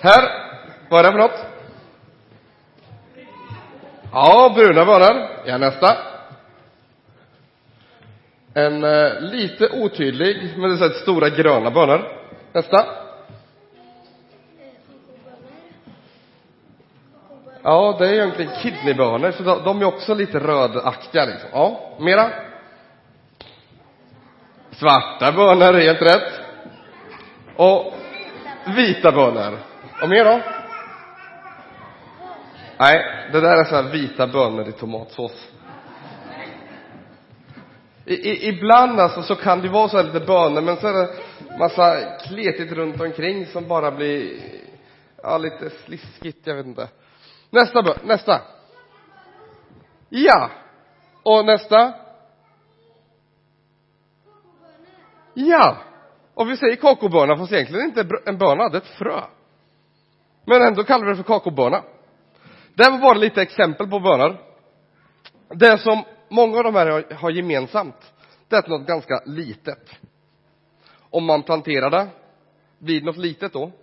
Här, vad är det för något? Ja, bruna bönor. Ja, nästa. En lite otydlig, men det är så stora gröna bönor. Nästa. Ja, det är egentligen kidneybönor, så de är också lite rödaktiga liksom. Ja, mera. Svarta bönor, helt rätt. Och vita bönor. Och mer då? Nej, det där är så här vita bönor i tomatsås. Ibland alltså så kan det vara så här lite bönor, men så är det massa kletigt runt omkring som bara blir lite sliskigt, jag vet inte. Nästa. Ja. Och nästa. Ja. Och vi säger kakoböna, fast egentligen inte en böna, det är ett frö. Men ändå kallar vi det för kakoböna. Det var bara lite exempel på bönor. Det som många av de här har gemensamt, det är något ganska litet. Om man planterar det, blir det något litet då?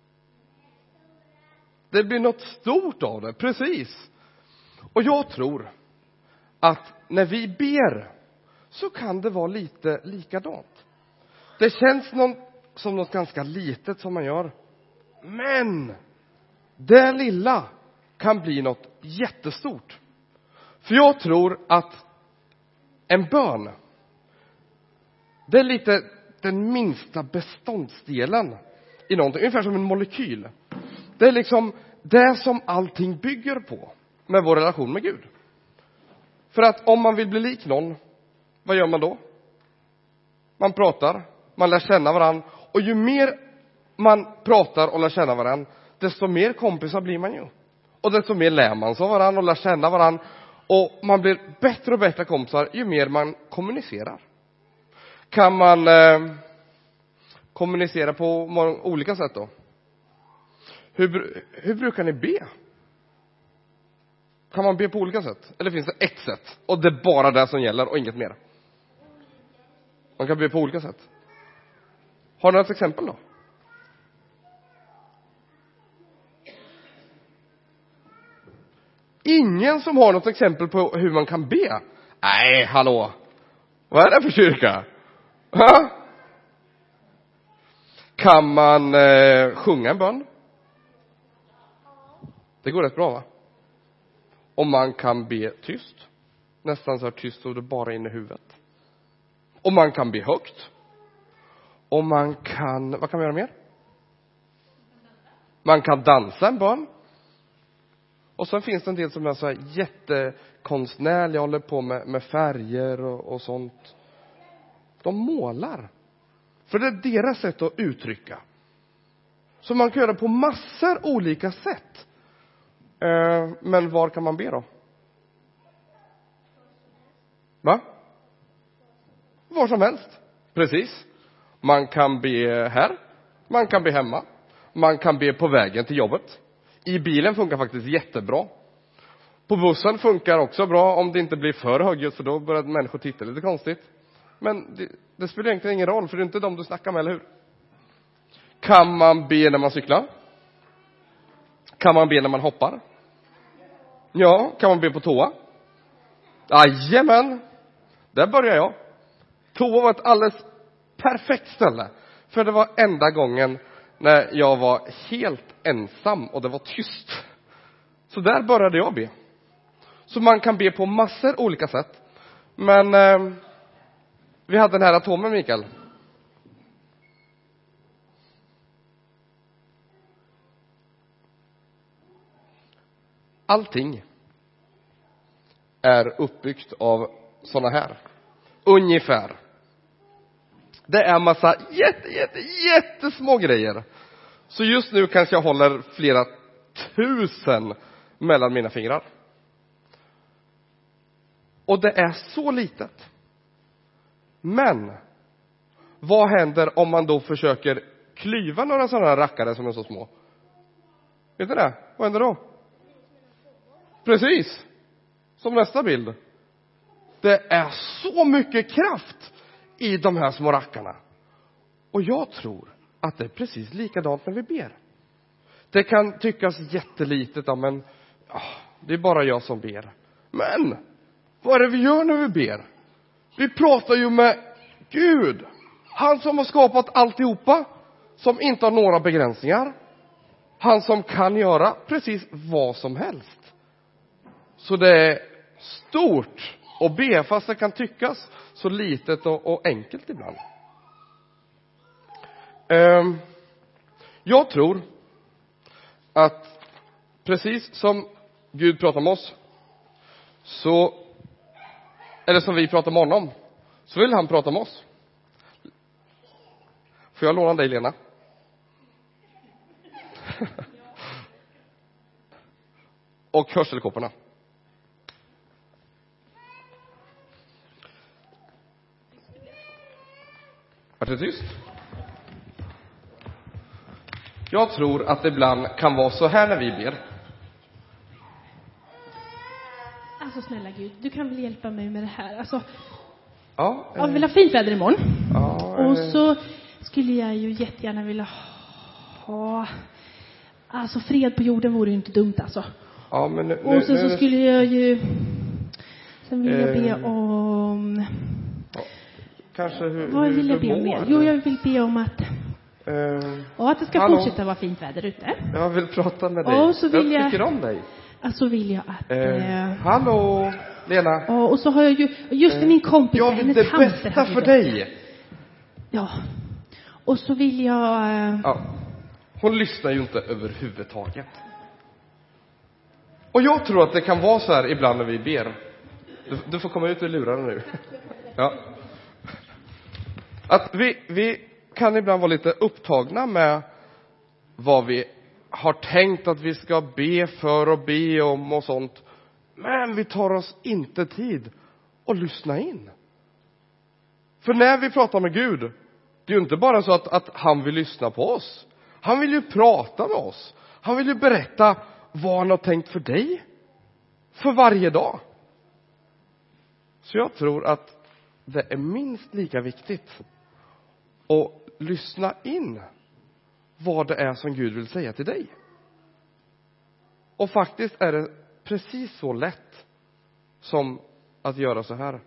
Det blir något stort av det, precis. Och jag tror att när vi ber så kan det vara lite likadant. Det känns som något ganska litet som man gör. Men det lilla kan bli något jättestort. För jag tror att en bön, det är lite den minsta beståndsdelen i någonting. Ungefär som en molekyl. Det är liksom det som allting bygger på med vår relation med Gud. För att om man vill bli lik någon, vad gör man då? Man pratar, man lär känna varann. Och ju mer man pratar och lär känna varann, desto mer kompisar blir man ju. Och desto mer lär man sig av varann och lär känna varann. Och man blir bättre och bättre kompisar ju mer man kommunicerar. Kan man kommunicera på olika sätt då? Hur brukar ni be? Kan man be på olika sätt? Eller finns det ett sätt? Och det är bara det som gäller och inget mer. Man kan be på olika sätt. Har ni ett exempel då? Ingen som har något exempel på hur man kan be? Nej, hallå. Vad är det för kyrka? Ha? Kan man sjunga en bön? Det går rätt bra, va? Och man kan be tyst. Nästan så här tyst och det bara in i huvudet. Och man kan be högt. Och man kan, vad kan man göra mer? Man kan dansa en bön. Och sen finns det en del som är så här jättekonstnärliga, håller på med färger och sånt. De målar. För det är deras sätt att uttrycka. Så man kan göra på massor olika sätt. Men var kan man be då? Va? Var som helst. Precis. Man kan be här. Man kan be hemma. Man kan be på vägen till jobbet. I bilen funkar faktiskt jättebra. På bussen funkar också bra om det inte blir för högljutt, för då börjar människor titta lite konstigt. Men det spelar egentligen ingen roll, för det är inte dem du snackar med, eller hur? Kan man be när man cyklar? Kan man be när man hoppar? Ja, kan man be på toa? Jajamän, där börjar jag. Toa var ett alldeles perfekt ställe. För det var enda gången när jag var helt ensam och det var tyst. Så där började jag be. Så man kan be på massor olika sätt. Men vi hade den här atomen, Mikael. Allting är uppbyggt av såna här. Ungefär. Det är massa jättesmå grejer. Så just nu kanske jag håller flera tusen mellan mina fingrar. Och det är så litet. Men vad händer om man då försöker klyva några sådana här rackare som är så små? Vet du det? Vad händer då? Precis. Som nästa bild. Det är så mycket kraft i de här små rackarna. Och jag tror att det är precis likadant när vi ber. Det kan tyckas jättelitet, men det är bara jag som ber. Men vad är det vi gör när vi ber? Vi pratar ju med Gud. Han som har skapat alltihopa, som inte har några begränsningar. Han som kan göra precis vad som helst. Så det är stort att be, fast det kan tyckas så litet och enkelt ibland. Jag tror att precis som Gud pratar med oss, eller som vi pratar med honom, så vill han prata med oss. Får jag låna dig, Lena? Och hörselkåporna. Vart det tyst? Jag tror att det ibland kan vara så här när vi ber. Alltså snälla Gud, du kan väl hjälpa mig med det här. Alltså, Ja, jag vill ha fint väder imorgon. Ja, och så skulle jag ju jättegärna vilja ha... Alltså fred på jorden vore ju inte dumt alltså. Ja, men och så skulle jag ju... Sen vill jag be om... Kanske vad vill jag be om mer? Jo, jag vill be om att... att det ska fortsätta vara fint väder ute. Jag vill prata med dig. Och så vill jag tycker om dig. Alltså vill jag att... Hallå, Lena. Och så har jag ju... Just min kompis... Jag vill det bästa för dig. Ja. Och så vill jag... Hon lyssnar ju inte överhuvudtaget. Och jag tror att det kan vara så här ibland när vi ber. Du får komma ut ur lurarna nu. Ja. Att vi kan ibland vara lite upptagna med vad vi har tänkt att vi ska be för och be om och sånt. Men vi tar oss inte tid att lyssna in. För när vi pratar med Gud, det är ju inte bara så att han vill lyssna på oss. Han vill ju prata med oss. Han vill ju berätta vad han har tänkt för dig. För varje dag. Så jag tror att det är minst lika viktigt att lyssna in vad det är som Gud vill säga till dig. Och faktiskt är det precis så lätt som att göra så här.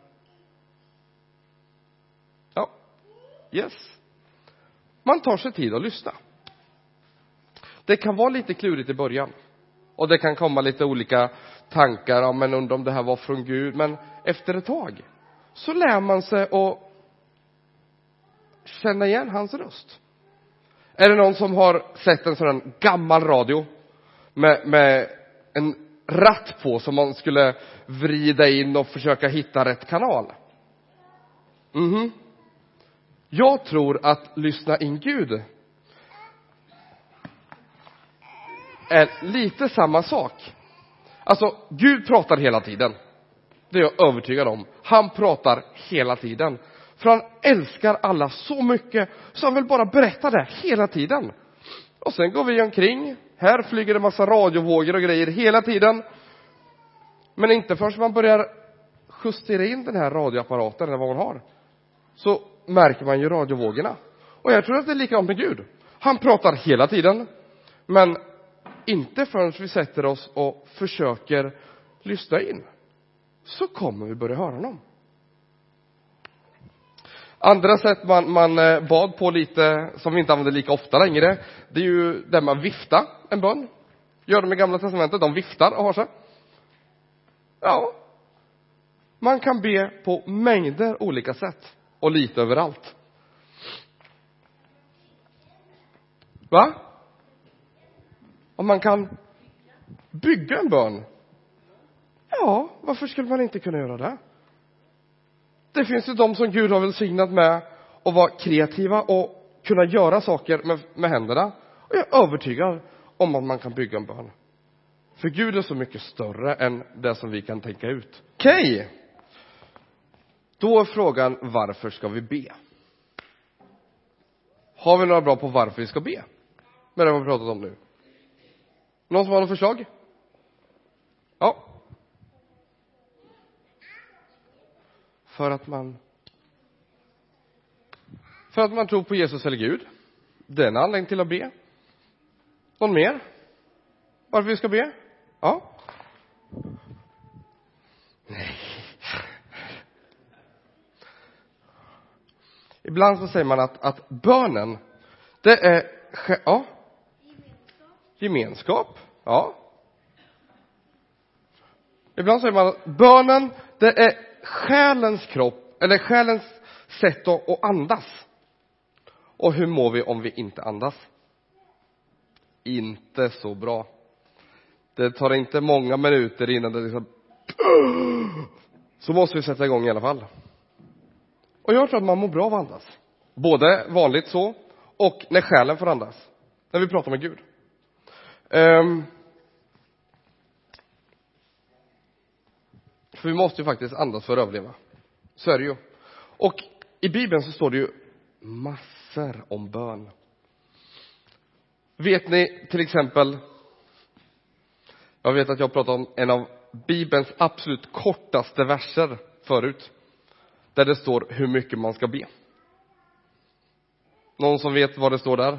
Ja, yes. Man tar sig tid att lyssna. Det kan vara lite klurigt i början. Och det kan komma lite olika tankar om det här var från Gud. Men efter ett tag så lär man sig att känna igen hans röst. Är det någon som har sett en sån gammal radio med en ratt på som man skulle vrida in och försöka hitta rätt kanal? Jag tror att lyssna in Gud är lite samma sak. Alltså, Gud pratar hela tiden. Det är jag övertygad om. Han pratar hela tiden. För han älskar alla så mycket så han vill bara berätta det hela tiden. Och sen går vi omkring. Här flyger det massa radiovågor och grejer hela tiden. Men inte förrän man börjar justera in den här radioapparaten eller vad man har, så märker man ju radiovågorna. Och jag tror att det är likadant med Gud. Han pratar hela tiden. Men inte förrän vi sätter oss och försöker lyssna in, så kommer vi börja höra honom. Andra sätt man bad på lite, som vi inte använder lika ofta längre, det är ju där man viftar en bön. Gör de i Gamla testamentet, de viftar och har sig. Ja, man kan be på mängder olika sätt och lite överallt. Va? Om man kan bygga en bön. Ja, varför skulle man inte kunna göra det? Det finns ju de som Gud har välsignat med att vara kreativa och kunna göra saker med händerna. Och jag är övertygad om att man kan bygga en bön. För Gud är så mycket större än det som vi kan tänka ut. Okej. Då är frågan, varför ska vi be? Har vi några bra på varför vi ska be? Med det vi har pratat om nu. Någon som har något förslag? Ja. För att man tror på Jesus eller Gud. Det är en anledning till att be. Någon mer? varför vi ska be? Ja. Nej. Ibland så säger man att bönen, det är gemenskap. Ja. Ibland säger man att bönen, det är själens kropp, eller själens sätt att andas. Och hur mår vi om vi inte andas? Inte så bra. Det tar inte många minuter innan det liksom, så måste vi sätta igång i alla fall. Och jag tror att man mår bra av att andas. Både vanligt så och när själen får andas. När vi pratar med Gud. För vi måste ju faktiskt andas för att överleva. Så är det ju. Och i Bibeln så står det ju massor om bön. Vet ni till exempel, jag vet att jag pratat om en av Bibelns absolut kortaste verser förut. Där det står hur mycket man ska be. Någon som vet vad det står där?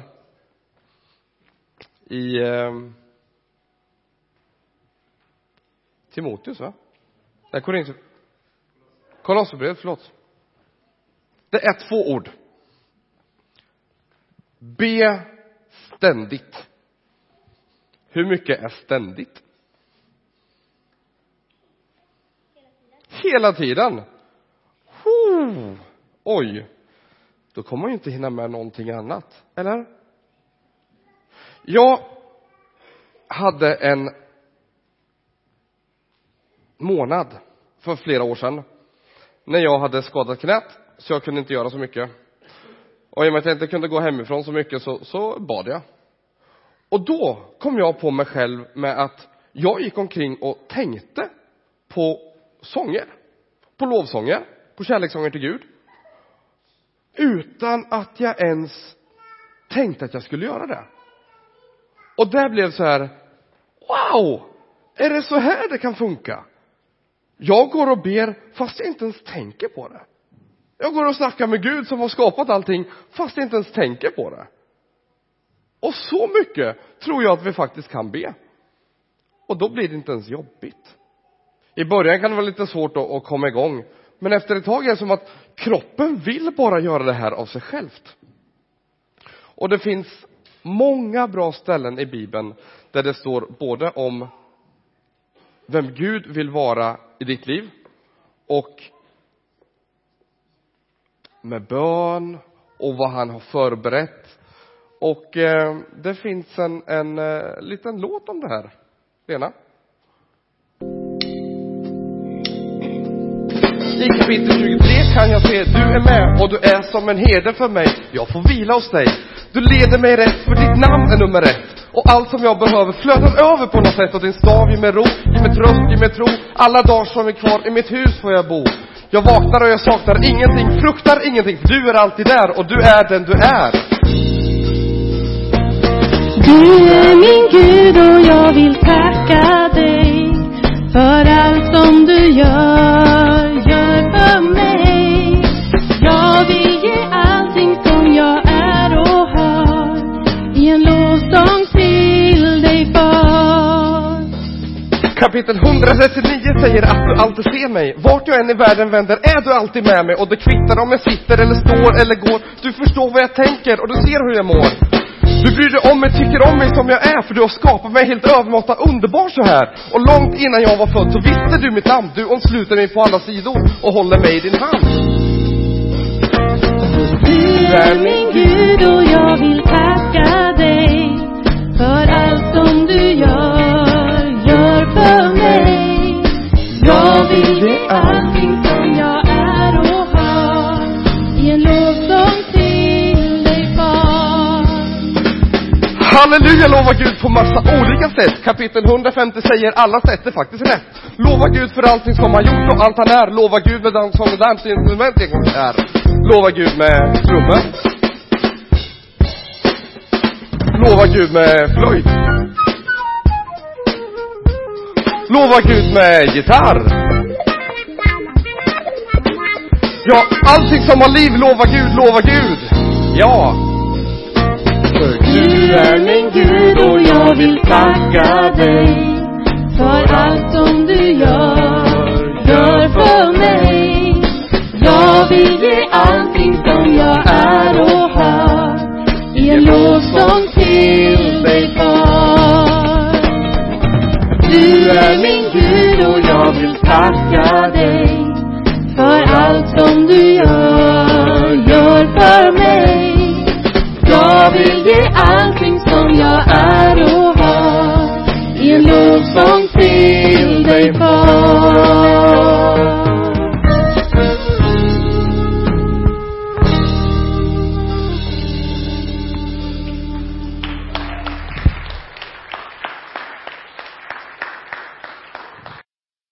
I Timoteus, va? Nej, Kolosserbrevet, förlåt. Det är 2 ord. Be ständigt. Hur mycket är ständigt? Hela tiden. Oj. Då kommer man ju inte hinna med någonting annat. Eller? Jag hade en månad för flera år sedan. När jag hade skadat knät. Så jag kunde inte göra så mycket. Och i och med att jag inte kunde gå hemifrån så mycket så bad jag. Och då kom jag på mig själv med att jag gick omkring och tänkte på sånger. På lovsånger. På kärlekssånger till Gud. Utan att jag ens tänkte att jag skulle göra det. Och det blev så här. Wow! Är det så här det kan funka? Jag går och ber fast jag inte ens tänker på det. Jag går och snackar med Gud som har skapat allting fast jag inte ens tänker på det. Och så mycket tror jag att vi faktiskt kan be. Och då blir det inte ens jobbigt. I början kan det vara lite svårt att komma igång. Men efter ett tag är det som att kroppen vill bara göra det här av sig självt. Och det finns många bra ställen i Bibeln där det står både om vem Gud vill vara i ditt liv och med bön och vad han har förberett. Och det finns en liten låt om det här. Lena? I kapitel 23 kan jag se, du är med och du är som en herde för mig. Jag får vila hos dig. Du leder mig rätt för ditt namn är nummer 1. Och allt som jag behöver flödar över på något sätt. Och din stav ger mig ro, ger mig tröst, ger mig tro. Alla dagar som är kvar i mitt hus får jag bo. Jag vaknar och jag saknar ingenting, fruktar ingenting. För du är alltid där och du är den du är. Du är min Gud och jag vill tacka dig för allt som du gör för mig. Jag vill ge allting som jag är och har i en lovsång till dig, far. Kapitel 139 säger att du alltid ser mig. Vart jag än i världen vänder är du alltid med mig. Och det kvittar om jag sitter eller står eller går. Du förstår vad jag tänker och du ser hur jag mår. Du bryr dig om mig, tycker om mig som jag är. För du har skapat mig helt övermåtta underbar så här. Och långt innan jag var född så visste du mitt namn. Du omsluter mig på alla sidor och håller mig i din hand. Du är min Gud och jag vill tacka dig för allt som du gör för mig. Jag vill ge allting som jag är och har i en lovsång till dig, far. Halleluja, lova Gud på massa olika sätt. Kapitel 150 säger alla sätt är faktiskt rätt. Lova Gud för allting som han gjort och allt han är. Lova Gud med den som det där instrument en gång är. Lova Gud med trummor. Lova Gud med flöjt. Lova Gud med gitarr. Ja, allting som har liv, lova Gud, lova Gud. Ja. Du är min Gud och jag vill tacka